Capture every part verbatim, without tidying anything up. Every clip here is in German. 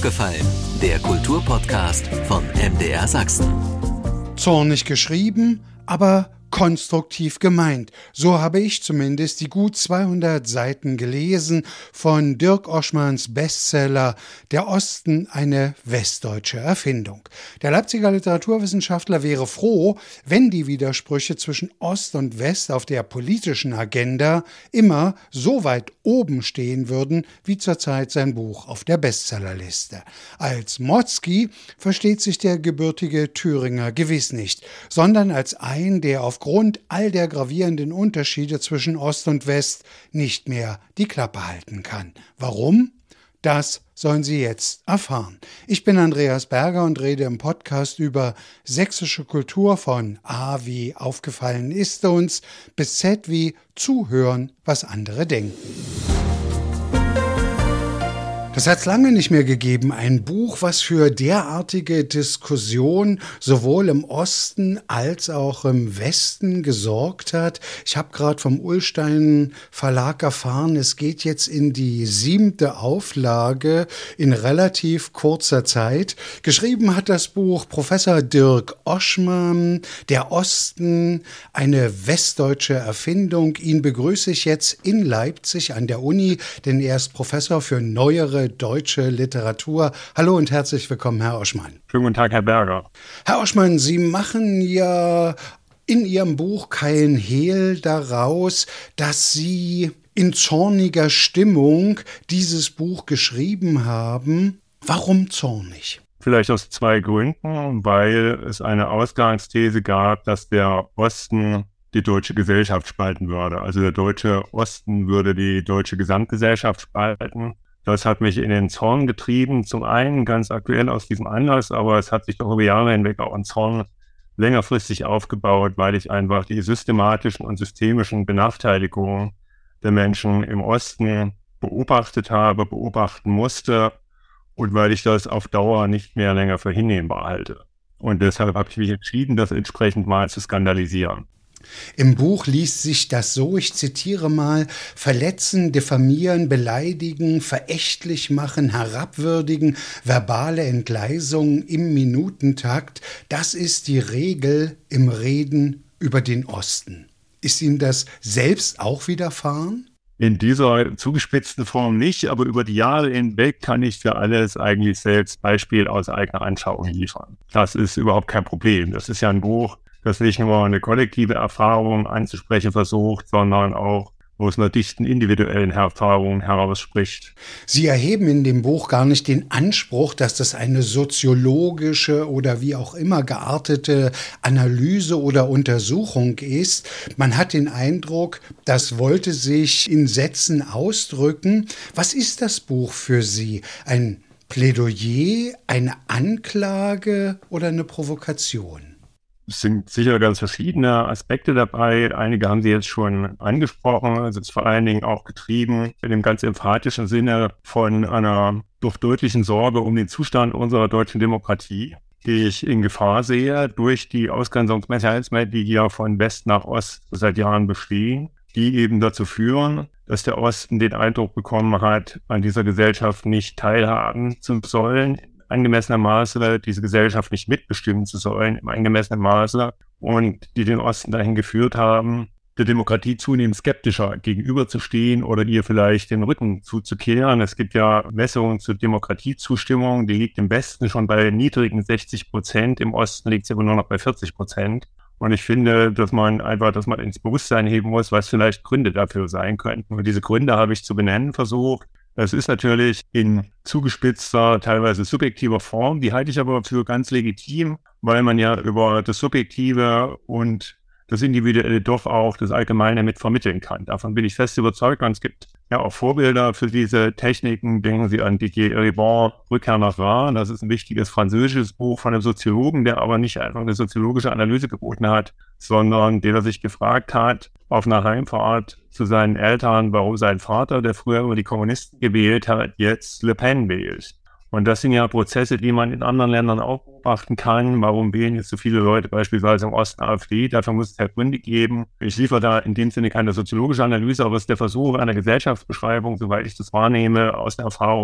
aufgefallen? Der Kulturpodcast von M D R Sachsen. Zornig geschrieben, aber konstruktiv gemeint. So habe ich zumindest die gut zweihundert Seiten gelesen von Dirk Oschmanns Bestseller »Der Osten, eine westdeutsche Erfindung«. Der Leipziger Literaturwissenschaftler wäre froh, wenn die Widersprüche zwischen Ost und West auf der politischen Agenda immer so weit oben stehen würden, wie zurzeit sein Buch auf der Bestsellerliste. Als Motzki versteht sich der gebürtige Thüringer gewiss nicht, sondern als ein, der aufgrund all der gravierenden Unterschiede zwischen Ost und West nicht mehr die Klappe halten kann. Warum? Das sollen Sie jetzt erfahren. Ich bin Andreas Berger und rede im Podcast über sächsische Kultur von A wie aufgefallen ist uns bis Z wie zuhören, was andere denken. Das hat es lange nicht mehr gegeben, ein Buch, was für derartige Diskussion sowohl im Osten als auch im Westen gesorgt hat. Ich habe gerade vom Ullstein Verlag erfahren, es geht jetzt in die siebte Auflage in relativ kurzer Zeit. Geschrieben hat das Buch Professor Dirk Oschmann, Der Osten, eine westdeutsche Erfindung. Ihn begrüße ich jetzt in Leipzig an der Uni, denn er ist Professor für neuere deutsche Literatur. Hallo und herzlich willkommen, Herr Oschmann. Schönen guten Tag, Herr Berger. Herr Oschmann, Sie machen ja in Ihrem Buch kein Hehl daraus, dass Sie in zorniger Stimmung dieses Buch geschrieben haben. Warum zornig? Vielleicht aus zwei Gründen, weil es eine Ausgangsthese gab, dass der Osten die deutsche Gesellschaft spalten würde. Also der deutsche Osten würde die deutsche Gesamtgesellschaft spalten. Das hat mich in den Zorn getrieben, zum einen ganz aktuell aus diesem Anlass, aber es hat sich doch über Jahre hinweg auch ein Zorn längerfristig aufgebaut, weil ich einfach die systematischen und systemischen Benachteiligungen der Menschen im Osten beobachtet habe, beobachten musste und weil ich das auf Dauer nicht mehr länger für hinnehmbar halte. Und deshalb habe ich mich entschieden, das entsprechend mal zu skandalisieren. Im Buch liest sich das so, ich zitiere mal, verletzen, diffamieren, beleidigen, verächtlich machen, herabwürdigen, verbale Entgleisungen im Minutentakt, das ist die Regel im Reden über den Osten. Ist Ihnen das selbst auch widerfahren? In dieser zugespitzten Form nicht, aber über die Jahre hinweg kann ich für alles eigentlich selbst Beispiel aus eigener Anschauung liefern. Das ist überhaupt kein Problem. Das ist ja ein Buch, das nicht nur eine kollektive Erfahrung anzusprechen versucht, sondern auch aus einer dichten individuellen Erfahrung herausspricht. Sie erheben in dem Buch gar nicht den Anspruch, dass das eine soziologische oder wie auch immer geartete Analyse oder Untersuchung ist. Man hat den Eindruck, das wollte sich in Sätzen ausdrücken. Was ist das Buch für Sie? Ein Plädoyer, eine Anklage oder eine Provokation? Es sind sicher ganz verschiedene Aspekte dabei. Einige haben Sie jetzt schon angesprochen. Es ist vor allen Dingen auch getrieben in dem ganz emphatischen Sinne von einer doch deutlichen Sorge um den Zustand unserer deutschen Demokratie, die ich in Gefahr sehe durch die Ausgrenzungsmechanismen, die hier von West nach Ost seit Jahren bestehen, die eben dazu führen, dass der Osten den Eindruck bekommen hat, an dieser Gesellschaft nicht teilhaben zu sollen, angemessener Maße diese Gesellschaft nicht mitbestimmen zu sollen, im angemessenen Maße, und die den Osten dahin geführt haben, der Demokratie zunehmend skeptischer gegenüberzustehen oder ihr vielleicht den Rücken zuzukehren. Es gibt ja Messungen zur Demokratiezustimmung, die liegt im Westen schon bei niedrigen sechzig Prozent, im Osten liegt sie aber nur noch bei vierzig Prozent. Und ich finde, dass man einfach, dass man ins Bewusstsein heben muss, was vielleicht Gründe dafür sein könnten. Und diese Gründe habe ich zu benennen versucht. Das ist natürlich in zugespitzter, teilweise subjektiver Form, die halte ich aber für ganz legitim, weil man ja über das Subjektive und das Individuelle doch auch das Allgemeine mit vermitteln kann. Davon bin ich fest überzeugt, und es gibt ja auch Vorbilder für diese Techniken. Denken Sie an Didier Eribon, Rückkehr nach Ra. Das ist ein wichtiges französisches Buch von einem Soziologen, der aber nicht einfach eine soziologische Analyse geboten hat, sondern der sich gefragt hat, auf einer Heimfahrt zu seinen Eltern, warum sein Vater, der früher immer die Kommunisten gewählt hat, jetzt Le Pen wählt. Und das sind ja Prozesse, die man in anderen Ländern auch beobachten kann. Warum wählen jetzt so viele Leute beispielsweise im Osten AfD? Dafür muss es ja Gründe geben. Ich liefere da in dem Sinne keine soziologische Analyse, aber es ist der Versuch einer Gesellschaftsbeschreibung, soweit ich das wahrnehme, aus der Erfahrung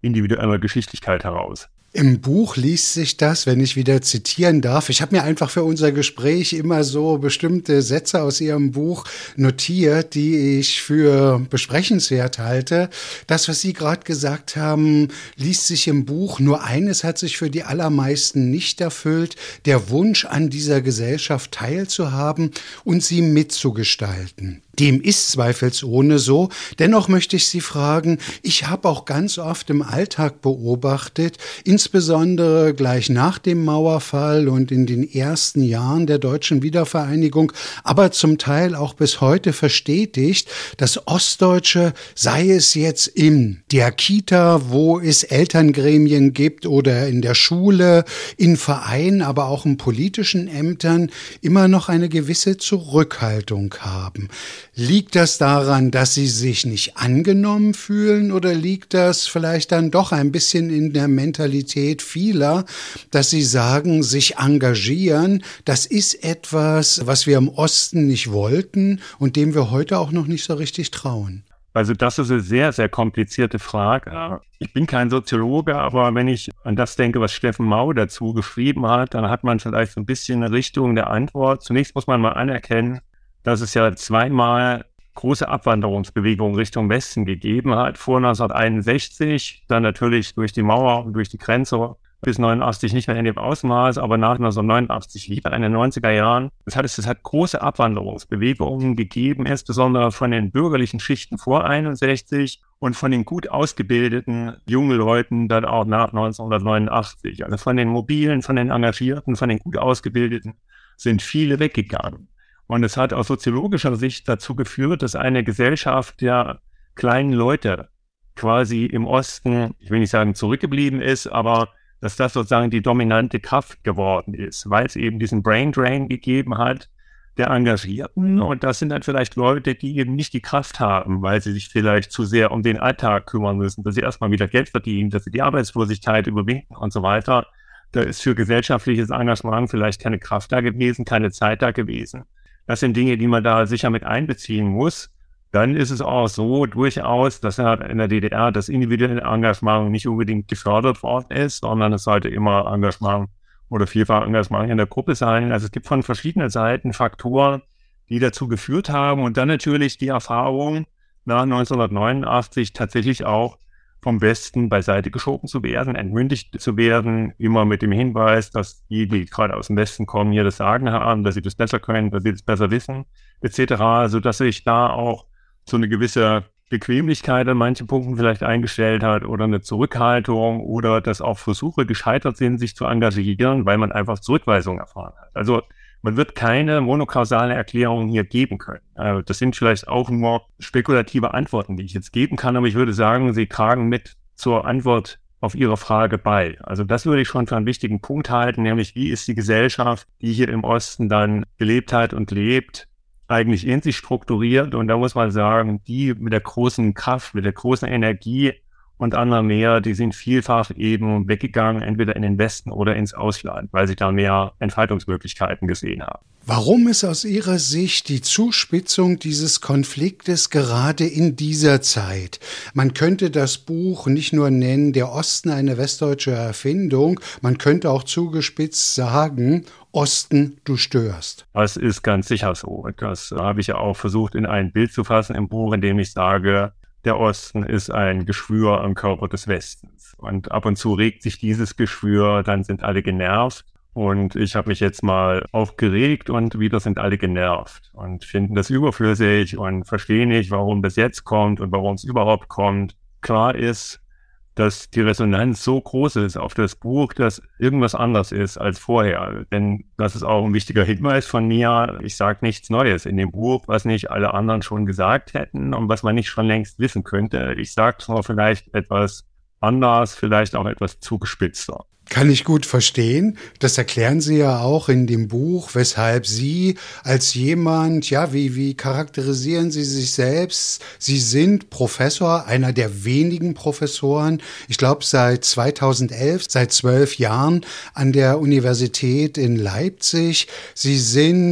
individueller Geschichtlichkeit heraus. Im Buch liest sich das, wenn ich wieder zitieren darf. Ich habe mir einfach für unser Gespräch immer so bestimmte Sätze aus Ihrem Buch notiert, die ich für besprechenswert halte. Das, was Sie gerade gesagt haben, liest sich im Buch. Nur eines hat sich für die allermeisten nicht erfüllt: der Wunsch, an dieser Gesellschaft teilzuhaben und sie mitzugestalten. Dem ist zweifelsohne so. Dennoch möchte ich Sie fragen, ich habe auch ganz oft im Alltag beobachtet, insbesondere gleich nach dem Mauerfall und in den ersten Jahren der deutschen Wiedervereinigung, aber zum Teil auch bis heute verstetigt, dass Ostdeutsche, sei es jetzt in der Kita, wo es Elterngremien gibt, oder in der Schule, in Vereinen, aber auch in politischen Ämtern, immer noch eine gewisse Zurückhaltung haben. Liegt das daran, dass sie sich nicht angenommen fühlen, oder liegt das vielleicht dann doch ein bisschen in der Mentalität vieler, dass sie sagen, sich engagieren, das ist etwas, was wir im Osten nicht wollten und dem wir heute auch noch nicht so richtig trauen? Also das ist eine sehr, sehr komplizierte Frage. Ich bin kein Soziologe, aber wenn ich an das denke, was Steffen Mau dazu geschrieben hat, dann hat man vielleicht so ein bisschen eine Richtung der Antwort. Zunächst muss man mal anerkennen, dass es ja zweimal große Abwanderungsbewegungen Richtung Westen gegeben hat. Vor neunzehnhunderteinundsechzig, dann natürlich durch die Mauer und durch die Grenze, bis neunundachtzig nicht mehr in dem Ausmaß, aber nach neunzehnhundertneunundachtzig wieder in den neunziger Jahren. Das heißt, es hat große Abwanderungsbewegungen gegeben, insbesondere von den bürgerlichen Schichten vor einundsechzig und von den gut ausgebildeten jungen Leuten dann auch nach neunzehnhundertneunundachtzig. Also von den Mobilen, von den Engagierten, von den gut Ausgebildeten sind viele weggegangen. Und es hat aus soziologischer Sicht dazu geführt, dass eine Gesellschaft der kleinen Leute quasi im Osten, ich will nicht sagen zurückgeblieben ist, aber dass das sozusagen die dominante Kraft geworden ist, weil es eben diesen Brain Drain gegeben hat der Engagierten. Und das sind dann vielleicht Leute, die eben nicht die Kraft haben, weil sie sich vielleicht zu sehr um den Alltag kümmern müssen, dass sie erstmal wieder Geld verdienen, dass sie die Arbeitslosigkeit überwinden und so weiter. Da ist für gesellschaftliches Engagement vielleicht keine Kraft da gewesen, keine Zeit da gewesen. Das sind Dinge, die man da sicher mit einbeziehen muss. Dann ist es auch so durchaus, dass in der D D R das individuelle Engagement nicht unbedingt gefördert worden ist, sondern es sollte immer Engagement oder vielfach Engagement in der Gruppe sein. Also es gibt von verschiedenen Seiten Faktoren, die dazu geführt haben. Und dann natürlich die Erfahrung, nach neunzehnhundertneunundachtzig tatsächlich auch vom Westen beiseite geschoben zu werden, entmündigt zu werden, immer mit dem Hinweis, dass die, die gerade aus dem Westen kommen, hier das Sagen haben, dass sie das besser können, dass sie das besser wissen, et cetera, sodass sich da auch so eine gewisse Bequemlichkeit an manchen Punkten vielleicht eingestellt hat oder eine Zurückhaltung oder dass auch Versuche gescheitert sind, sich zu engagieren, weil man einfach Zurückweisung erfahren hat. Also man wird keine monokausale Erklärung hier geben können. Also das sind vielleicht auch nur spekulative Antworten, die ich jetzt geben kann, aber ich würde sagen, sie tragen mit zur Antwort auf Ihre Frage bei. Also das würde ich schon für einen wichtigen Punkt halten, nämlich wie ist die Gesellschaft, die hier im Osten dann gelebt hat und lebt, eigentlich in sich strukturiert. Und da muss man sagen, die mit der großen Kraft, mit der großen Energie und andere mehr, die sind vielfach eben weggegangen, entweder in den Westen oder ins Ausland, weil sie da mehr Entfaltungsmöglichkeiten gesehen haben. Warum ist aus Ihrer Sicht die Zuspitzung dieses Konfliktes gerade in dieser Zeit? Man könnte das Buch nicht nur nennen, der Osten eine westdeutsche Erfindung, man könnte auch zugespitzt sagen, Osten, du störst. Das ist ganz sicher so. Das habe ich ja auch versucht in ein Bild zu fassen im Buch, in dem ich sage, der Osten ist ein Geschwür am Körper des Westens. Und ab und zu regt sich dieses Geschwür, dann sind alle genervt. Und ich habe mich jetzt mal aufgeregt und wieder sind alle genervt und finden das überflüssig und verstehen nicht, warum das jetzt kommt und warum es überhaupt kommt. Klar ist, dass die Resonanz so groß ist auf das Buch, dass irgendwas anders ist als vorher. Denn das ist auch ein wichtiger Hinweis von mir. Ich sage nichts Neues in dem Buch, was nicht alle anderen schon gesagt hätten und was man nicht schon längst wissen könnte. Ich sage zwar vielleicht etwas anders, vielleicht auch etwas zugespitzter. Kann ich gut verstehen. Das erklären Sie ja auch in dem Buch, weshalb Sie als jemand, ja, wie, wie charakterisieren Sie sich selbst? Sie sind Professor, einer der wenigen Professoren, ich glaube seit zweitausendelf, seit zwölf Jahren an der Universität in Leipzig. Sie sind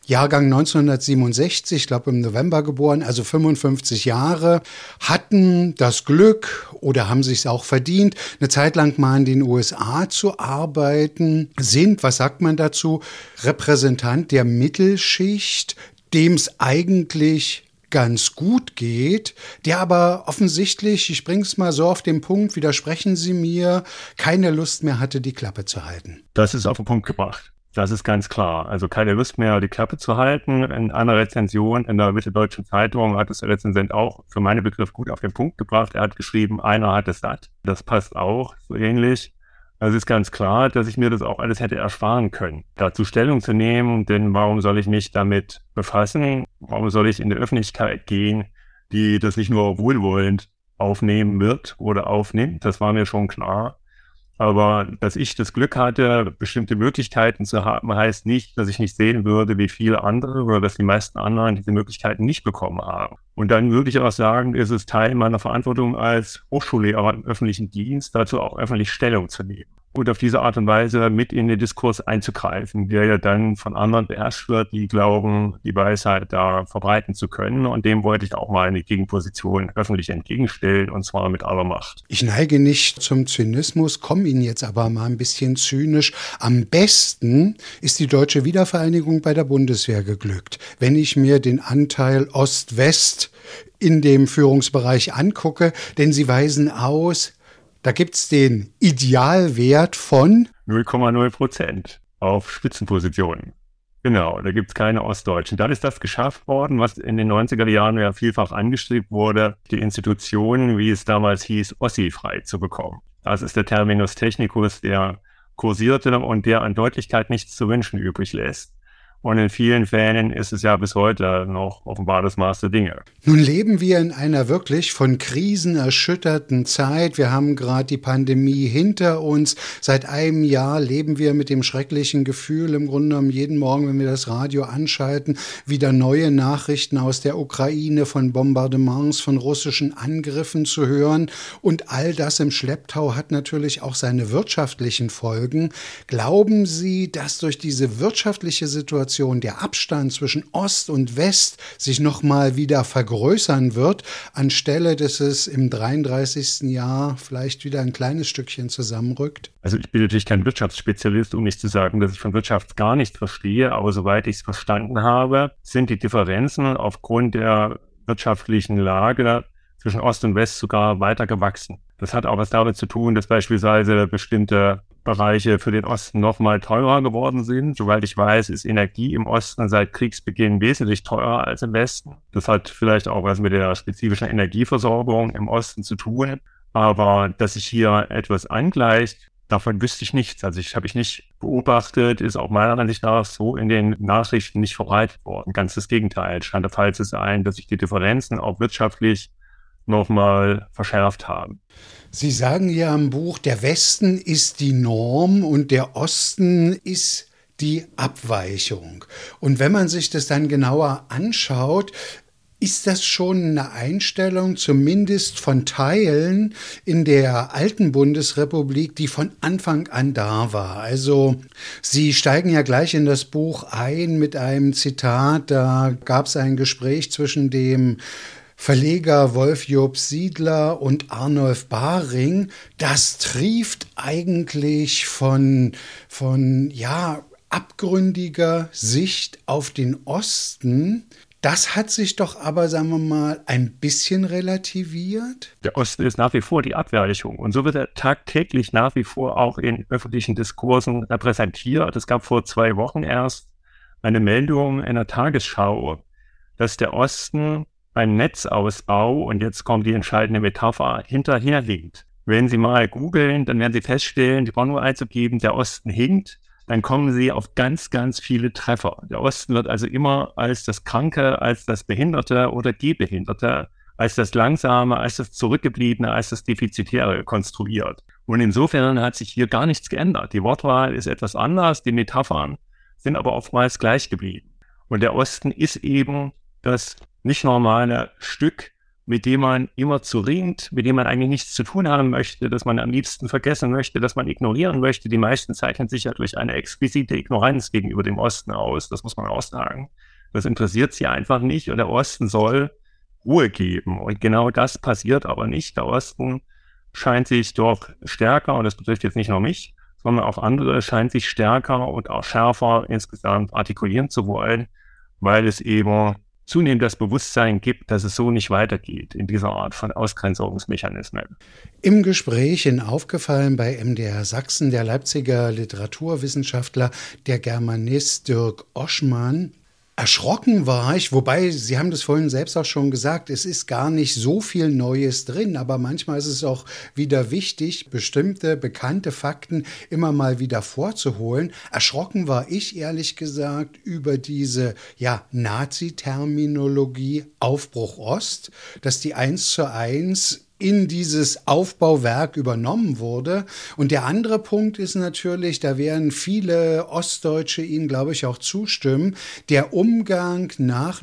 Jahrgang neunzehnhundertsiebenundsechzig, ich glaube im November geboren, also fünfundfünfzig Jahre, hatten das Glück oder haben sich es auch verdient, eine Zeit lang mal in den U S A zu arbeiten, sind, was sagt man dazu, Repräsentant der Mittelschicht, dem es eigentlich ganz gut geht, der aber offensichtlich, ich bringe es mal so auf den Punkt, widersprechen Sie mir, keine Lust mehr hatte, die Klappe zu halten. Das ist auf den Punkt gebracht. Das ist ganz klar. Also keine Lust mehr, die Klappe zu halten. In einer Rezension in der Mitteldeutschen Zeitung hat es der Rezensent auch für meinen Begriff gut auf den Punkt gebracht. Er hat geschrieben, einer hat es satt. Das passt auch so ähnlich. Also es ist ganz klar, dass ich mir das auch alles hätte ersparen können, dazu Stellung zu nehmen, denn warum soll ich mich damit befassen? Warum soll ich in die Öffentlichkeit gehen, die das nicht nur wohlwollend aufnehmen wird oder aufnimmt? Das war mir schon klar. Aber dass ich das Glück hatte, bestimmte Möglichkeiten zu haben, heißt nicht, dass ich nicht sehen würde, wie viele andere oder dass die meisten anderen diese Möglichkeiten nicht bekommen haben. Und dann würde ich auch sagen, ist es Teil meiner Verantwortung als Hochschullehrer im öffentlichen Dienst, dazu auch öffentlich Stellung zu nehmen und auf diese Art und Weise mit in den Diskurs einzugreifen, der ja dann von anderen beherrscht wird, die glauben, die Weisheit da verbreiten zu können. Und dem wollte ich auch mal eine Gegenposition öffentlich entgegenstellen, und zwar mit aller Macht. Ich neige nicht zum Zynismus, komme Ihnen jetzt aber mal ein bisschen zynisch. Am besten ist die deutsche Wiedervereinigung bei der Bundeswehr geglückt. Wenn ich mir den Anteil Ost-West in dem Führungsbereich angucke, denn sie weisen aus, da gibt's den Idealwert von null Komma null Prozent auf Spitzenpositionen. Genau, da gibt's keine Ostdeutschen. Dann ist das geschafft worden, was in den neunziger Jahren ja vielfach angestrebt wurde, die Institutionen, wie es damals hieß, Ossi-frei zu bekommen. Das ist der Terminus technicus, der kursierte und der an Deutlichkeit nichts zu wünschen übrig lässt. Und in vielen Fällen ist es ja bis heute noch offenbar das Maß der Dinge. Nun leben wir in einer wirklich von Krisen erschütterten Zeit. Wir haben gerade die Pandemie hinter uns. Seit einem Jahr leben wir mit dem schrecklichen Gefühl, im Grunde genommen jeden Morgen, wenn wir das Radio anschalten, wieder neue Nachrichten aus der Ukraine, von Bombardements, von russischen Angriffen zu hören. Und all das im Schlepptau hat natürlich auch seine wirtschaftlichen Folgen. Glauben Sie, dass durch diese wirtschaftliche Situation der Abstand zwischen Ost und West sich nochmal wieder vergrößern wird, anstelle dass es im dreiunddreißigsten Jahr vielleicht wieder ein kleines Stückchen zusammenrückt? Also ich bin natürlich kein Wirtschaftsspezialist, um nicht zu sagen, dass ich von Wirtschaft gar nichts verstehe, aber soweit ich es verstanden habe, sind die Differenzen aufgrund der wirtschaftlichen Lage zwischen Ost und West sogar weiter gewachsen. Das hat auch was damit zu tun, dass beispielsweise bestimmte Bereiche für den Osten nochmal teurer geworden sind. Soweit ich weiß, ist Energie im Osten seit Kriegsbeginn wesentlich teurer als im Westen. Das hat vielleicht auch was mit der spezifischen Energieversorgung im Osten zu tun. Aber dass sich hier etwas angleicht, davon wüsste ich nichts. Also ich habe ich nicht beobachtet, ist auch meiner Ansicht nach so in den Nachrichten nicht verbreitet worden. Ganz das Gegenteil. Es scheint der Fall zu sein, dass sich die Differenzen auch wirtschaftlich nochmal verschärft haben. Sie sagen ja im Buch, der Westen ist die Norm und der Osten ist die Abweichung. Und wenn man sich das dann genauer anschaut, ist das schon eine Einstellung, zumindest von Teilen in der alten Bundesrepublik, die von Anfang an da war. Also Sie steigen ja gleich in das Buch ein mit einem Zitat, da gab es ein Gespräch zwischen dem Verleger Wolf-Job Siedler und Arnulf Baring, das trieft eigentlich von, von, ja, abgründiger Sicht auf den Osten. Das hat sich doch aber, sagen wir mal, ein bisschen relativiert. Der Osten ist nach wie vor die Abweichung und so wird er tagtäglich nach wie vor auch in öffentlichen Diskursen repräsentiert. Es gab vor zwei Wochen erst eine Meldung in der Tagesschau, dass der Osten beim Netzausbau, und jetzt kommt die entscheidende Metapher, hinterherhinkt. Wenn Sie mal googeln, dann werden Sie feststellen, die brauchen nur einzugeben, der Osten hinkt, dann kommen Sie auf ganz, ganz viele Treffer. Der Osten wird also immer als das Kranke, als das Behinderte oder Gehbehinderte, als das Langsame, als das Zurückgebliebene, als das Defizitäre konstruiert. Und insofern hat sich hier gar nichts geändert. Die Wortwahl ist etwas anders, die Metaphern sind aber oftmals gleich geblieben. Und der Osten ist eben das nicht normale Stück mit dem man immer zu ringt, mit dem man eigentlich nichts zu tun haben möchte, das man am liebsten vergessen möchte, das man ignorieren möchte. Die meisten zeichnen sich ja durch eine exquisite Ignoranz gegenüber dem Osten aus. Das muss man auch sagen. Das interessiert sie einfach nicht und der Osten soll Ruhe geben. Und genau das passiert aber nicht. Der Osten scheint sich doch stärker, und das betrifft jetzt nicht nur mich, sondern auch andere, scheint sich stärker und auch schärfer insgesamt artikulieren zu wollen, weil es eben zunehmend das Bewusstsein gibt, dass es so nicht weitergeht in dieser Art von Ausgrenzungsmechanismen. Im Gespräch in Aufgefallen bei M D R Sachsen der Leipziger Literaturwissenschaftler, der Germanist Dirk Oschmann. Erschrocken war ich, wobei, Sie haben das vorhin selbst auch schon gesagt, es ist gar nicht so viel Neues drin, aber manchmal ist es auch wieder wichtig, bestimmte bekannte Fakten immer mal wieder vorzuholen. Erschrocken war ich, ehrlich gesagt, über diese ja, Nazi-Terminologie Aufbruch Ost, dass die eins zu eins in dieses Aufbauwerk übernommen wurde. Und der andere Punkt ist natürlich, da werden viele Ostdeutsche Ihnen, glaube ich, auch zustimmen, der Umgang nach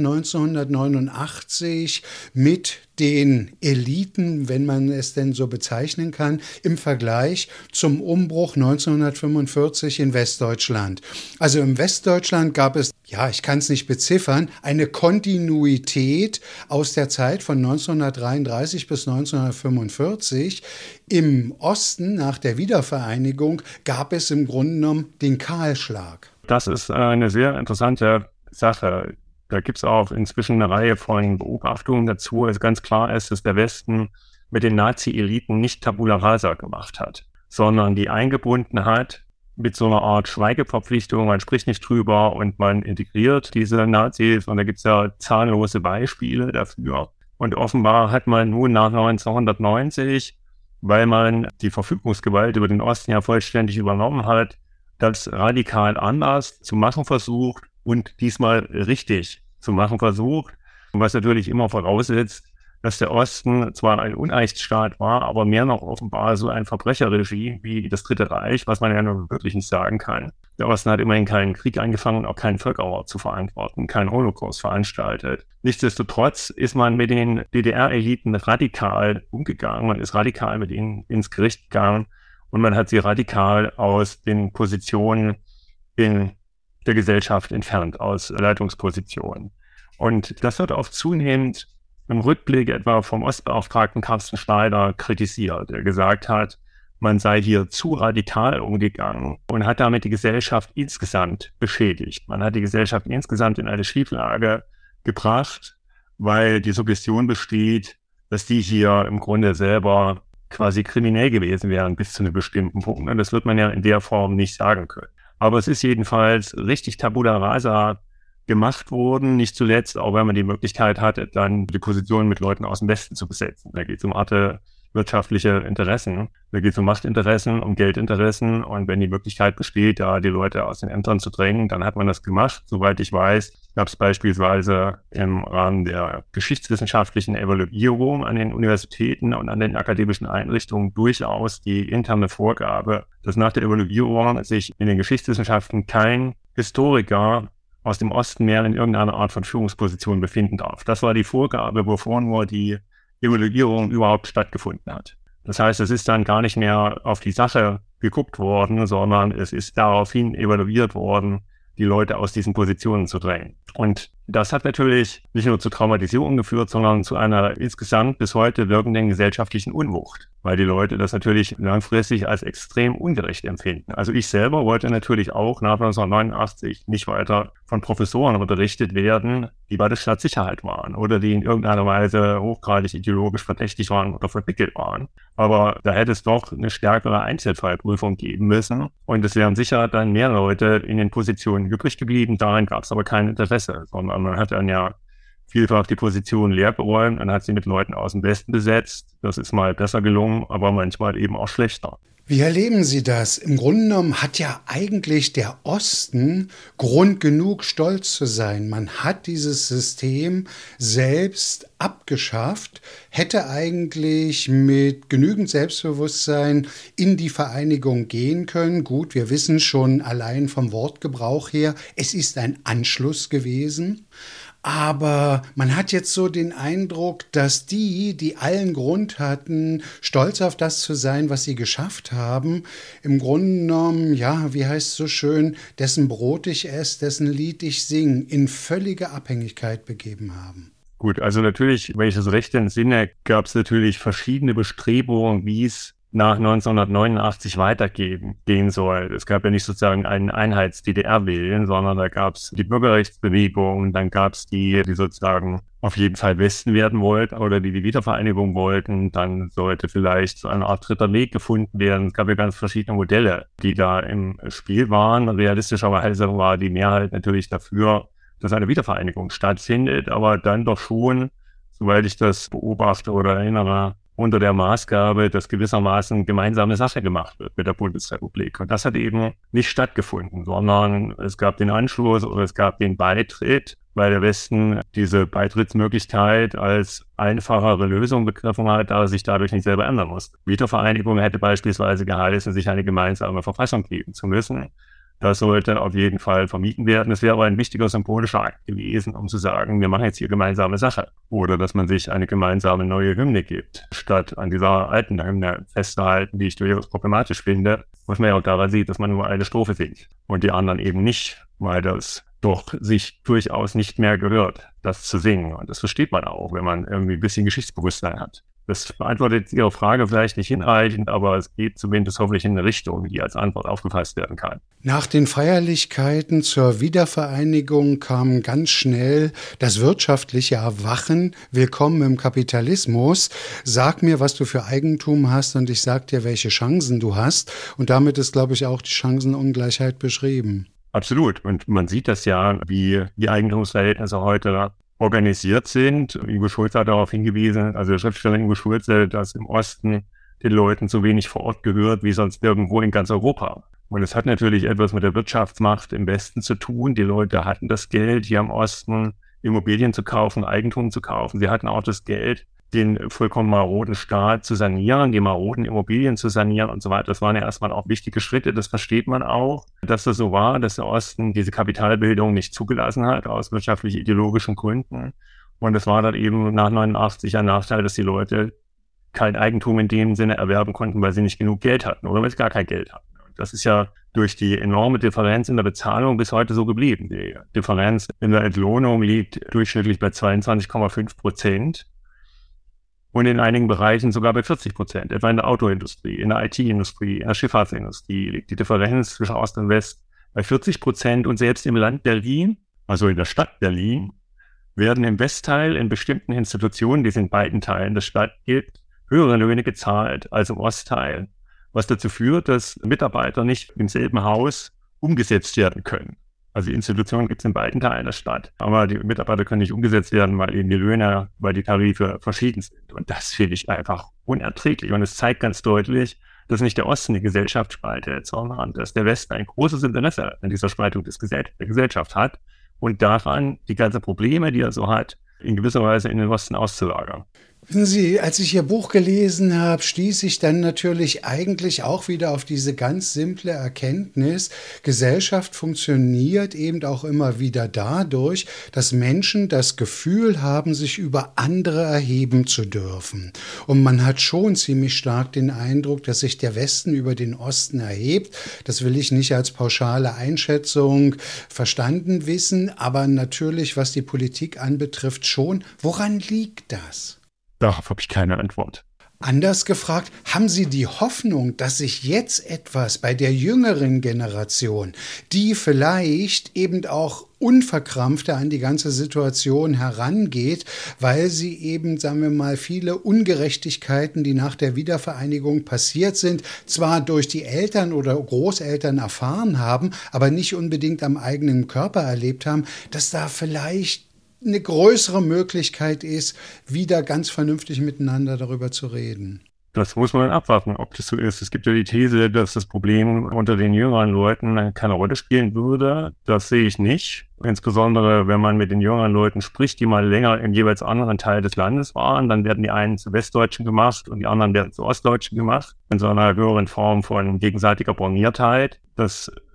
neunzehnhundertneunundachtzig mit den Eliten, wenn man es denn so bezeichnen kann, im Vergleich zum Umbruch neunzehnhundertfünfundvierzig in Westdeutschland. Also im Westdeutschland gab es, ja, ich kann es nicht beziffern, eine Kontinuität aus der Zeit von neunzehnhundertdreiunddreißig bis neunzehnhundertfünfundvierzig. Im Osten nach der Wiedervereinigung gab es im Grunde genommen den Kahlschlag. Das ist eine sehr interessante Sache. Da gibt es auch inzwischen eine Reihe von Beobachtungen dazu. Es ganz klar ist, dass der Westen mit den Nazi-Eliten nicht Tabula Rasa gemacht hat, sondern die eingebunden hat mit so einer Art Schweigeverpflichtung. Man spricht nicht drüber und man integriert diese Nazis. Und da gibt es ja zahllose Beispiele dafür. Und offenbar hat man nun nach neunzehnhundertneunzig, weil man die Verfügungsgewalt über den Osten ja vollständig übernommen hat, das radikal anders zu machen versucht und diesmal richtig zu machen versucht, was natürlich immer voraussetzt, dass der Osten zwar ein Unrechtsstaat war, aber mehr noch offenbar so ein Verbrecherregime wie das Dritte Reich, was man ja nur wirklich nicht sagen kann. Der Osten hat immerhin keinen Krieg angefangen und auch keinen Völkermord zu verantworten, keinen Holocaust veranstaltet. Nichtsdestotrotz ist man mit den D D R-Eliten radikal umgegangen, man ist radikal mit ihnen ins Gericht gegangen und man hat sie radikal aus den Positionen in der Gesellschaft entfernt, aus Leitungspositionen. Und das wird auch zunehmend im Rückblick etwa vom Ostbeauftragten Carsten Schneider kritisiert, der gesagt hat, man sei hier zu radikal umgegangen und hat damit die Gesellschaft insgesamt beschädigt. Man hat die Gesellschaft insgesamt in eine Schieflage gebracht, weil die Suggestion besteht, dass die hier im Grunde selber quasi kriminell gewesen wären bis zu einem bestimmten Punkt. Und das wird man ja in der Form nicht sagen können. Aber es ist jedenfalls richtig Tabula Rasa gemacht worden, nicht zuletzt, auch wenn man die Möglichkeit hatte, dann die Position mit Leuten aus dem Westen zu besetzen. Da geht es um Art wirtschaftliche Interessen, da geht es um Machtinteressen, um Geldinteressen und wenn die Möglichkeit besteht, da die Leute aus den Ämtern zu drängen, dann hat man das gemacht. Soweit ich weiß, gab es beispielsweise im Rahmen der geschichtswissenschaftlichen Evaluierung an den Universitäten und an den akademischen Einrichtungen durchaus die interne Vorgabe, dass nach der Evaluierung sich in den Geschichtswissenschaften kein Historiker aus dem Osten mehr in irgendeiner Art von Führungsposition befinden darf. Das war die Vorgabe, bevor nur die Evaluierung überhaupt stattgefunden hat. Das heißt, es ist dann gar nicht mehr auf die Sache geguckt worden, sondern es ist daraufhin evaluiert worden, die Leute aus diesen Positionen zu drängen. Und das hat natürlich nicht nur zu Traumatisierung geführt, sondern zu einer insgesamt bis heute wirkenden gesellschaftlichen Unwucht, weil die Leute das natürlich langfristig als extrem ungerecht empfinden. Also ich selber wollte natürlich auch nach neunzehnhundertneunundachtzig nicht weiter von Professoren unterrichtet werden, die bei der Staatssicherheit waren oder die in irgendeiner Weise hochgradig ideologisch verdächtig waren oder verwickelt waren. Aber da hätte es doch eine stärkere Einzelfallprüfung geben müssen. Und es wären sicher dann mehr Leute in den Positionen übrig geblieben. Daran gab es aber kein Interesse, sondern man hat dann ja vielfach die Position leer geräumt und hat sie mit Leuten aus dem Westen besetzt. Das ist mal besser gelungen, aber manchmal eben auch schlechter. Wie erleben Sie das? Im Grunde genommen hat ja eigentlich der Osten Grund genug, stolz zu sein. Man hat dieses System selbst abgeschafft, hätte eigentlich mit genügend Selbstbewusstsein in die Vereinigung gehen können. Gut, wir wissen schon allein vom Wortgebrauch her, es ist ein Anschluss gewesen. Aber man hat jetzt so den Eindruck, dass die, die allen Grund hatten, stolz auf das zu sein, was sie geschafft haben, im Grunde genommen, ja, wie heißt es so schön, dessen Brot ich esse, dessen Lied ich sing, in völlige Abhängigkeit begeben haben. Gut, also natürlich, wenn ich das recht entsinne, gab es natürlich verschiedene Bestrebungen, wie es nach neunzehnhundertneunundachtzig weitergehen gehen soll. Es gab ja nicht sozusagen einen Einheits-D D R-Willen, sondern da gab es die Bürgerrechtsbewegung, dann gab es die, die sozusagen auf jeden Fall Westen werden wollten oder die die Wiedervereinigung wollten. Dann sollte vielleicht so eine Art dritter Weg gefunden werden. Es gab ja ganz verschiedene Modelle, die da im Spiel waren. Realistischerweise war die Mehrheit natürlich dafür, dass eine Wiedervereinigung stattfindet, aber dann doch schon, soweit ich das beobachte oder erinnere, unter der Maßgabe, dass gewissermaßen gemeinsame Sache gemacht wird mit der Bundesrepublik. Und das hat eben nicht stattgefunden, sondern es gab den Anschluss oder es gab den Beitritt, weil der Westen diese Beitrittsmöglichkeit als einfachere Lösung begriffen hat, da er sich dadurch nicht selber ändern muss. Wiedervereinigung hätte beispielsweise geheißen, sich eine gemeinsame Verfassung geben zu müssen. Das sollte auf jeden Fall vermieden werden. Es wäre aber ein wichtiger symbolischer Akt gewesen, um zu sagen, wir machen jetzt hier gemeinsame Sache. Oder dass man sich eine gemeinsame neue Hymne gibt, statt an dieser alten Hymne festzuhalten, die ich durchaus problematisch finde. Was man ja auch daran sieht, dass man nur eine Strophe singt und die anderen eben nicht, weil das doch sich durchaus nicht mehr gehört, das zu singen. Und das versteht man auch, wenn man irgendwie ein bisschen Geschichtsbewusstsein hat. Das beantwortet Ihre Frage vielleicht nicht hinreichend, aber es geht zumindest hoffentlich in eine Richtung, die als Antwort aufgefasst werden kann. Nach den Feierlichkeiten zur Wiedervereinigung kam ganz schnell das wirtschaftliche Erwachen. Willkommen im Kapitalismus. Sag mir, was du für Eigentum hast und ich sag dir, welche Chancen du hast. Und damit ist, glaube ich, auch die Chancenungleichheit beschrieben. Absolut. Und man sieht das ja, wie die Eigentumsverhältnisse heute organisiert sind. Ingo Schulze hat darauf hingewiesen, also der Schriftsteller Ingo Schulze, dass im Osten den Leuten so wenig vor Ort gehört wie sonst irgendwo in ganz Europa. Und es hat natürlich etwas mit der Wirtschaftsmacht im Westen zu tun. Die Leute hatten das Geld, hier im Osten Immobilien zu kaufen, Eigentum zu kaufen. Sie hatten auch das Geld, den vollkommen maroden Staat zu sanieren, die maroden Immobilien zu sanieren und so weiter. Das waren ja erstmal auch wichtige Schritte, das versteht man auch, dass das so war, dass der Osten diese Kapitalbildung nicht zugelassen hat, aus wirtschaftlich-ideologischen Gründen. Und es war dann eben nach neunundachtzig ein Nachteil, dass die Leute kein Eigentum in dem Sinne erwerben konnten, weil sie nicht genug Geld hatten oder weil sie gar kein Geld hatten. Und das ist ja durch die enorme Differenz in der Bezahlung bis heute so geblieben. Die Differenz in der Entlohnung liegt durchschnittlich bei zweiundzwanzig Komma fünf Prozent. Und in einigen Bereichen sogar bei vierzig Prozent, etwa in der Autoindustrie, in der I T-Industrie, in der Schifffahrtsindustrie liegt die Differenz zwischen Ost und West bei vierzig Prozent. Und selbst im Land Berlin, also in der Stadt Berlin, werden im Westteil in bestimmten Institutionen, die es in beiden Teilen der Stadt gibt, höhere Löhne gezahlt als im Ostteil, was dazu führt, dass Mitarbeiter nicht im selben Haus umgesetzt werden können. Also die Institutionen gibt es in beiden Teilen der Stadt. Aber die Mitarbeiter können nicht umgesetzt werden, weil eben die Löhne, weil die Tarife verschieden sind. Und das finde ich einfach unerträglich. Und es zeigt ganz deutlich, dass nicht der Osten die Gesellschaft spaltet, sondern dass der Westen ein großes Interesse an dieser Spaltung des Gesell- der Gesellschaft hat und daran, die ganzen Probleme, die er so hat, in gewisser Weise in den Osten auszulagern. Wissen Sie, als ich Ihr Buch gelesen habe, stieß ich dann natürlich eigentlich auch wieder auf diese ganz simple Erkenntnis, Gesellschaft funktioniert eben auch immer wieder dadurch, dass Menschen das Gefühl haben, sich über andere erheben zu dürfen. Und man hat schon ziemlich stark den Eindruck, dass sich der Westen über den Osten erhebt. Das will ich nicht als pauschale Einschätzung verstanden wissen, aber natürlich, was die Politik anbetrifft, schon. Woran liegt das? Darauf habe ich keine Antwort. Anders gefragt, haben Sie die Hoffnung, dass sich jetzt etwas bei der jüngeren Generation, die vielleicht eben auch unverkrampfter an die ganze Situation herangeht, weil sie eben, sagen wir mal, viele Ungerechtigkeiten, die nach der Wiedervereinigung passiert sind, zwar durch die Eltern oder Großeltern erfahren haben, aber nicht unbedingt am eigenen Körper erlebt haben, dass da vielleicht eine größere Möglichkeit ist, wieder ganz vernünftig miteinander darüber zu reden. Das muss man abwarten, ob das so ist. Es gibt ja die These, dass das Problem unter den jüngeren Leuten keine Rolle spielen würde. Das sehe ich nicht. Insbesondere, wenn man mit den jüngeren Leuten spricht, die mal länger im jeweils anderen Teil des Landes waren, dann werden die einen zu Westdeutschen gemacht und die anderen werden zu Ostdeutschen gemacht. In so einer höheren Form von gegenseitiger Borniertheit. Das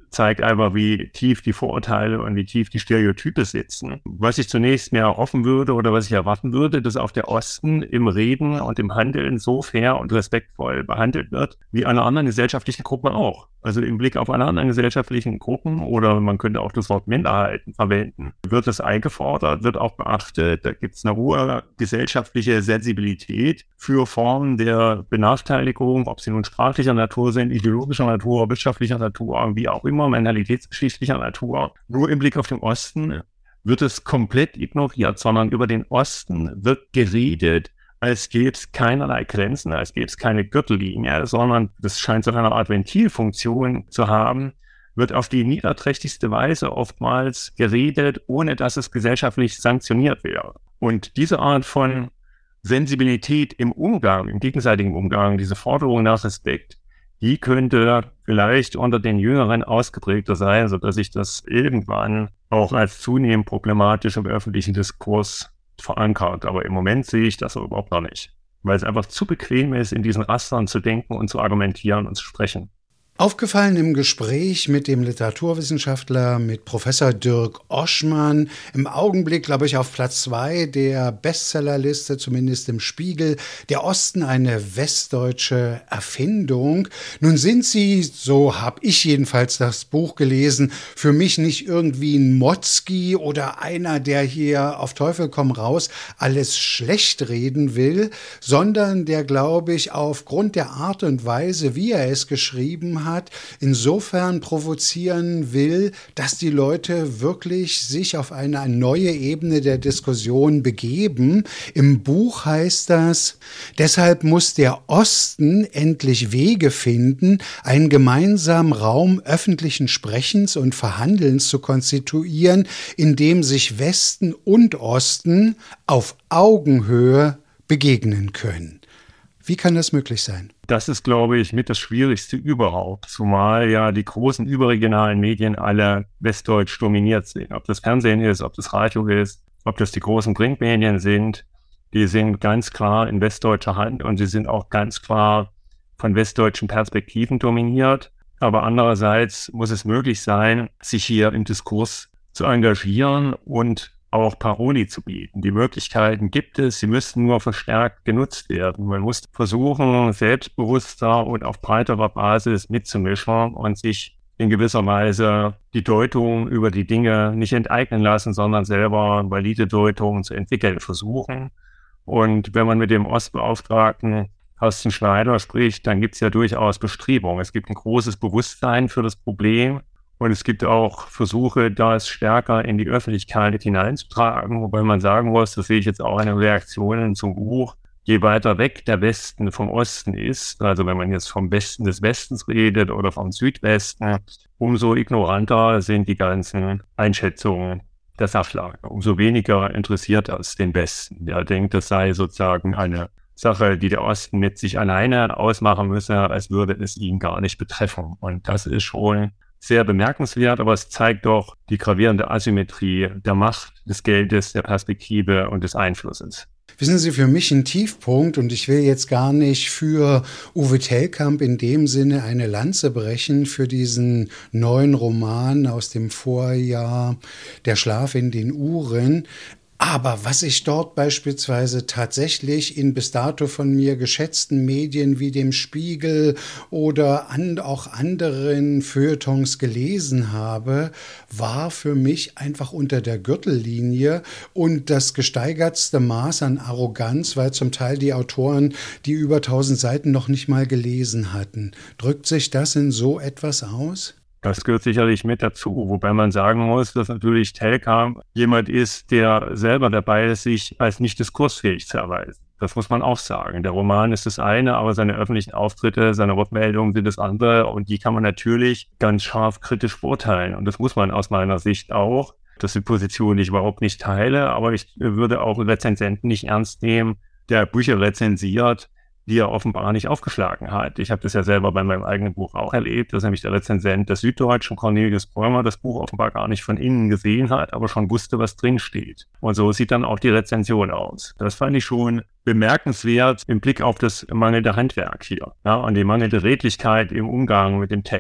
zeigt einfach, wie tief die Vorurteile und wie tief die Stereotype sitzen. Was ich zunächst mir hoffen würde oder was ich erwarten würde, dass auch der Osten im Reden und im Handeln so fair und respektvoll behandelt wird, wie alle anderen gesellschaftlichen Gruppen auch. Also im Blick auf alle anderen gesellschaftlichen Gruppen, oder man könnte auch das Wort Minderheiten verwenden, wird es eingefordert, wird auch beachtet. Da gibt es eine hohe gesellschaftliche Sensibilität für Formen der Benachteiligung, ob sie nun sprachlicher Natur sind, ideologischer Natur, wirtschaftlicher Natur, wie auch immer, mentalitätsgeschichtlicher Natur. Nur im Blick auf den Osten wird es komplett ignoriert, sondern über den Osten wird geredet, als gäbe es keinerlei Grenzen, als gäbe es keine Gürtellinie, sondern das scheint so eine Art Ventilfunktion zu haben, wird auf die niederträchtigste Weise oftmals geredet, ohne dass es gesellschaftlich sanktioniert wäre. Und diese Art von Sensibilität im Umgang, im gegenseitigen Umgang, diese Forderung nach Respekt, die könnte vielleicht unter den Jüngeren ausgeprägter sein, sodass sich das irgendwann auch als zunehmend problematisch im öffentlichen Diskurs verankert. Aber im Moment sehe ich das überhaupt noch nicht, weil es einfach zu bequem ist, in diesen Rastern zu denken und zu argumentieren und zu sprechen. Aufgefallen im Gespräch mit dem Literaturwissenschaftler, mit Professor Dirk Oschmann, im Augenblick, glaube ich, auf Platz zwei der Bestsellerliste, zumindest im Spiegel, der Osten eine westdeutsche Erfindung. Nun sind Sie, so habe ich jedenfalls das Buch gelesen, für mich nicht irgendwie ein Motzki oder einer, der hier auf Teufel komm raus alles schlecht reden will, sondern der, glaube ich, aufgrund der Art und Weise, wie er es geschrieben hat, hat, insofern provozieren will, dass die Leute wirklich sich auf eine neue Ebene der Diskussion begeben. Im Buch heißt das, deshalb muss der Osten endlich Wege finden, einen gemeinsamen Raum öffentlichen Sprechens und Verhandelns zu konstituieren, in dem sich Westen und Osten auf Augenhöhe begegnen können. Wie kann das möglich sein? Das ist, glaube ich, mit das Schwierigste überhaupt, zumal ja die großen überregionalen Medien alle westdeutsch dominiert sind. Ob das Fernsehen ist, ob das Radio ist, ob das die großen Printmedien sind, die sind ganz klar in westdeutscher Hand und sie sind auch ganz klar von westdeutschen Perspektiven dominiert. Aber andererseits muss es möglich sein, sich hier im Diskurs zu engagieren und auch Paroli zu bieten. Die Möglichkeiten gibt es, sie müssten nur verstärkt genutzt werden. Man muss versuchen, selbstbewusster und auf breiterer Basis mitzumischen und sich in gewisser Weise die Deutung über die Dinge nicht enteignen lassen, sondern selber valide Deutungen zu entwickeln versuchen. Und wenn man mit dem Ostbeauftragten Carsten Schneider spricht, dann gibt es ja durchaus Bestrebungen. Es gibt ein großes Bewusstsein für das Problem. Und es gibt auch Versuche, das stärker in die Öffentlichkeit hineinzutragen, wobei man sagen muss, das sehe ich jetzt auch in den Reaktionen zum Buch, je weiter weg der Westen vom Osten ist, also wenn man jetzt vom Westen des Westens redet oder vom Südwesten, umso ignoranter sind die ganzen Einschätzungen der Sachlage. Umso weniger interessiert das den Westen. Der denkt, das sei sozusagen eine Sache, die der Osten mit sich alleine ausmachen müsse, als würde es ihn gar nicht betreffen. Und das ist schon sehr bemerkenswert, aber es zeigt doch die gravierende Asymmetrie der Macht, des Geldes, der Perspektive und des Einflusses. Wissen Sie, für mich ein Tiefpunkt, und ich will jetzt gar nicht für Uwe Tellkamp in dem Sinne eine Lanze brechen, für diesen neuen Roman aus dem Vorjahr, Der Schlaf in den Uhren. Aber was ich dort beispielsweise tatsächlich in bis dato von mir geschätzten Medien wie dem Spiegel oder an, auch anderen Feuilletons gelesen habe, war für mich einfach unter der Gürtellinie und das gesteigertste Maß an Arroganz, weil zum Teil die Autoren die über tausend Seiten noch nicht mal gelesen hatten. Drückt sich das in so etwas aus? Das gehört sicherlich mit dazu, wobei man sagen muss, dass natürlich Tellkamp jemand ist, der selber dabei ist, sich als nicht diskursfähig zu erweisen. Das muss man auch sagen. Der Roman ist das eine, aber seine öffentlichen Auftritte, seine Rückmeldungen sind das andere und die kann man natürlich ganz scharf kritisch beurteilen. Und das muss man aus meiner Sicht auch. Das ist eine Position, die ich überhaupt nicht teile, aber ich würde auch Rezensenten nicht ernst nehmen, der Bücher rezensiert, die er offenbar nicht aufgeschlagen hat. Ich habe das ja selber bei meinem eigenen Buch auch erlebt, dass nämlich der Rezensent des Süddeutschen, Cornelius Bäumer, das Buch offenbar gar nicht von innen gesehen hat, aber schon wusste, was drin steht. Und so sieht dann auch die Rezension aus. Das fand ich schon bemerkenswert im Blick auf das mangelnde Handwerk hier, ja, und die mangelnde Redlichkeit im Umgang mit dem Text.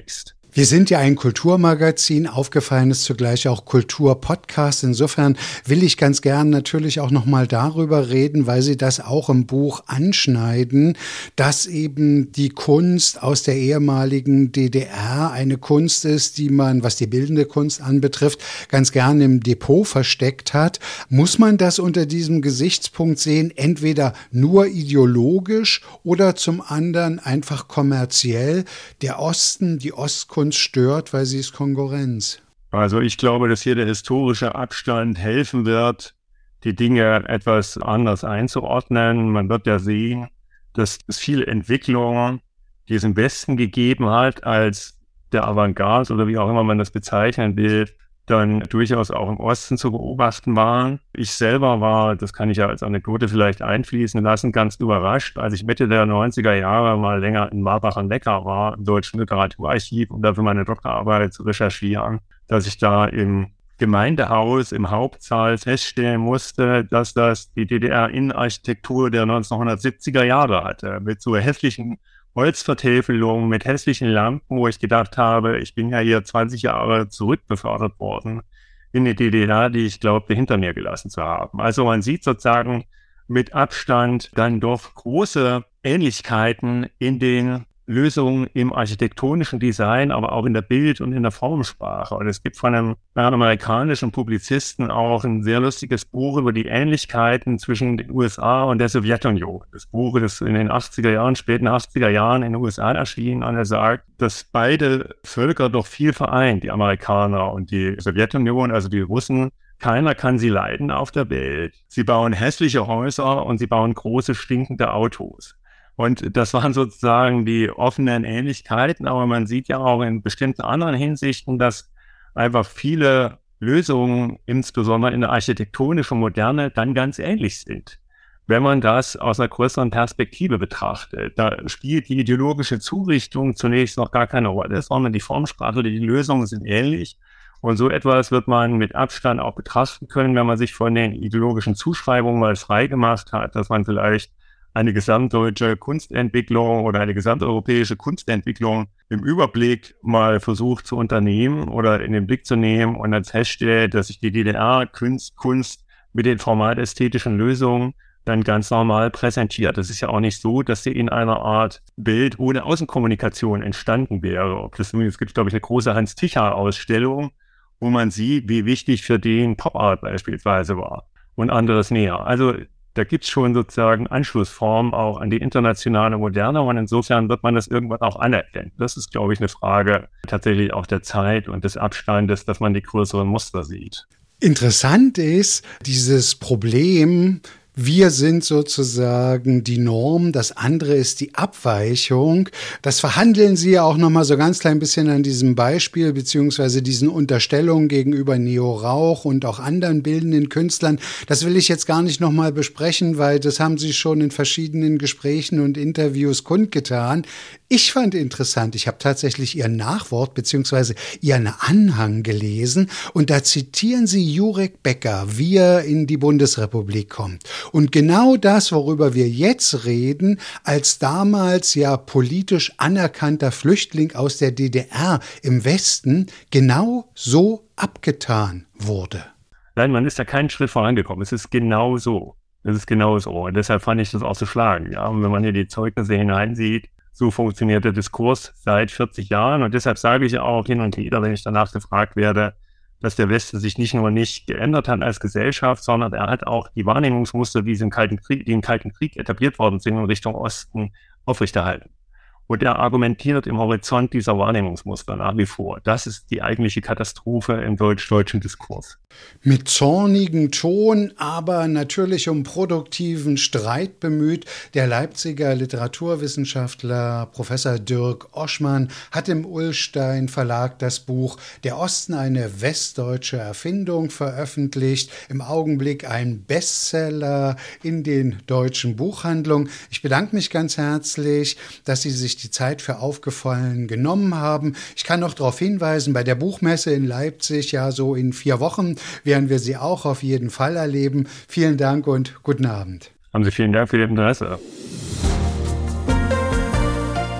Wir sind ja ein Kulturmagazin, aufgefallen ist zugleich auch Kulturpodcast. Insofern will ich ganz gern natürlich auch nochmal darüber reden, weil Sie das auch im Buch anschneiden, dass eben die Kunst aus der ehemaligen D D R eine Kunst ist, die man, was die bildende Kunst anbetrifft, ganz gern im Depot versteckt hat. Muss man das unter diesem Gesichtspunkt sehen, entweder nur ideologisch oder zum anderen einfach kommerziell? Der Osten, die Ostkunst stört, weil sie ist Konkurrenz. Also ich glaube, dass hier der historische Abstand helfen wird, die Dinge etwas anders einzuordnen. Man wird ja sehen, dass es viele Entwicklungen, die es im Westen gegeben hat, als der Avantgarde oder wie auch immer man das bezeichnen will, dann durchaus auch im Osten zu beobachten waren. Ich selber war, das kann ich ja als Anekdote vielleicht einfließen lassen, ganz überrascht, als ich Mitte der neunziger Jahre mal länger in Marbach am Neckar war, im Deutschen Literaturarchiv, um dafür meine Doktorarbeit zu recherchieren, dass ich da im Gemeindehaus im Hauptsaal feststellen musste, dass das die D D R-Innenarchitektur der neunzehnhundertsiebziger Jahre hatte, mit so hässlichen Holzvertäfelung mit hässlichen Lampen, wo ich gedacht habe, ich bin ja hier zwanzig Jahre zurückbefördert worden in die D D R, die ich glaubte, hinter mir gelassen zu haben. Also man sieht sozusagen mit Abstand dann doch große Ähnlichkeiten in den Lösungen im architektonischen Design, aber auch in der Bild- und in der Formensprache. Und es gibt von einem, einem amerikanischen Publizisten auch ein sehr lustiges Buch über die Ähnlichkeiten zwischen den U S A und der Sowjetunion. Das Buch ist in den achtziger Jahren, späten achtziger Jahren in den U S A erschienen, und er sagt, dass beide Völker doch viel vereint, die Amerikaner und die Sowjetunion, also die Russen. Keiner kann sie leiden auf der Welt. Sie bauen hässliche Häuser und sie bauen große, stinkende Autos. Und das waren sozusagen die offenen Ähnlichkeiten, aber man sieht ja auch in bestimmten anderen Hinsichten, dass einfach viele Lösungen, insbesondere in der architektonischen Moderne, dann ganz ähnlich sind. Wenn man das aus einer größeren Perspektive betrachtet, da spielt die ideologische Zurichtung zunächst noch gar keine Rolle, sondern die Formsprache, die Lösungen sind ähnlich. Und so etwas wird man mit Abstand auch betrachten können, wenn man sich von den ideologischen Zuschreibungen mal frei gemacht hat, dass man vielleicht eine gesamtdeutsche Kunstentwicklung oder eine gesamteuropäische Kunstentwicklung im Überblick mal versucht zu unternehmen oder in den Blick zu nehmen und dann feststellt, dass sich die D D R-Kunst Kunst mit den formalästhetischen Lösungen dann ganz normal präsentiert. Das ist ja auch nicht so, dass sie in einer Art Bild ohne Außenkommunikation entstanden wäre. Das, es gibt, glaube ich, eine große Hans-Tichar-Ausstellung, wo man sieht, wie wichtig für den Pop-Art beispielsweise war und anderes näher. Also da gibt es schon sozusagen Anschlussformen auch an die internationale Moderne, und insofern wird man das irgendwann auch anerkennen. Das ist, glaube ich, eine Frage tatsächlich auch der Zeit und des Abstandes, dass man die größeren Muster sieht. Interessant ist dieses Problem, wir sind sozusagen die Norm, das andere ist die Abweichung. Das verhandeln Sie ja auch nochmal so ganz klein bisschen an diesem Beispiel, beziehungsweise diesen Unterstellungen gegenüber Neo Rauch und auch anderen bildenden Künstlern. Das will ich jetzt gar nicht nochmal besprechen, weil das haben Sie schon in verschiedenen Gesprächen und Interviews kundgetan. Ich fand interessant, ich habe tatsächlich Ihr Nachwort beziehungsweise Ihren Anhang gelesen, und da zitieren Sie Jurek Becker, wie er in die Bundesrepublik kommt. Und genau das, worüber wir jetzt reden, als damals ja politisch anerkannter Flüchtling aus der D D R im Westen, genau so abgetan wurde. Nein, man ist ja keinen Schritt vorangekommen. Es ist genau so. Es ist genau so. Und deshalb fand ich das auch so schlagend. Ja? Und wenn man hier die Zeugnisse hineinsieht, so funktioniert der Diskurs seit vierzig Jahren. Und deshalb sage ich auch hin und wieder, wenn ich danach gefragt werde, dass der Westen sich nicht nur nicht geändert hat als Gesellschaft, sondern er hat auch die Wahrnehmungsmuster, die im Kalten Krieg, die im Kalten Krieg etabliert worden sind, in Richtung Osten aufrechterhalten. Und er argumentiert im Horizont dieser Wahrnehmungsmuster nach wie vor. Das ist die eigentliche Katastrophe im deutsch-deutschen Diskurs. Mit zornigem Ton, aber natürlich um produktiven Streit bemüht. Der Leipziger Literaturwissenschaftler Professor Dirk Oschmann hat im Ullstein Verlag das Buch Der Osten, eine westdeutsche Erfindung veröffentlicht. Im Augenblick ein Bestseller in den deutschen Buchhandlungen. Ich bedanke mich ganz herzlich, dass Sie sich die Zeit für Aufgefallen genommen haben. Ich kann noch darauf hinweisen, bei der Buchmesse in Leipzig, ja so in vier Wochen, werden wir Sie auch auf jeden Fall erleben. Vielen Dank und guten Abend. Haben Sie vielen Dank für Ihr Interesse.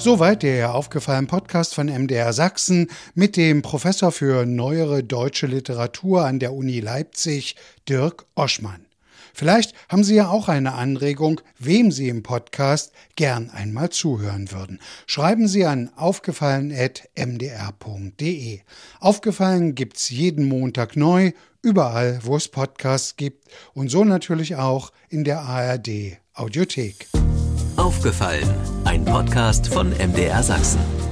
Soweit der Aufgefallen Podcast von M D R Sachsen mit dem Professor für neuere deutsche Literatur an der Uni Leipzig, Dirk Oschmann. Vielleicht haben Sie ja auch eine Anregung, wem Sie im Podcast gern einmal zuhören würden. Schreiben Sie an aufgefallen at m d r punkt d e. Aufgefallen gibt's jeden Montag neu, überall, wo es Podcasts gibt und so natürlich auch in der A R D Audiothek. Aufgefallen, ein Podcast von M D R Sachsen.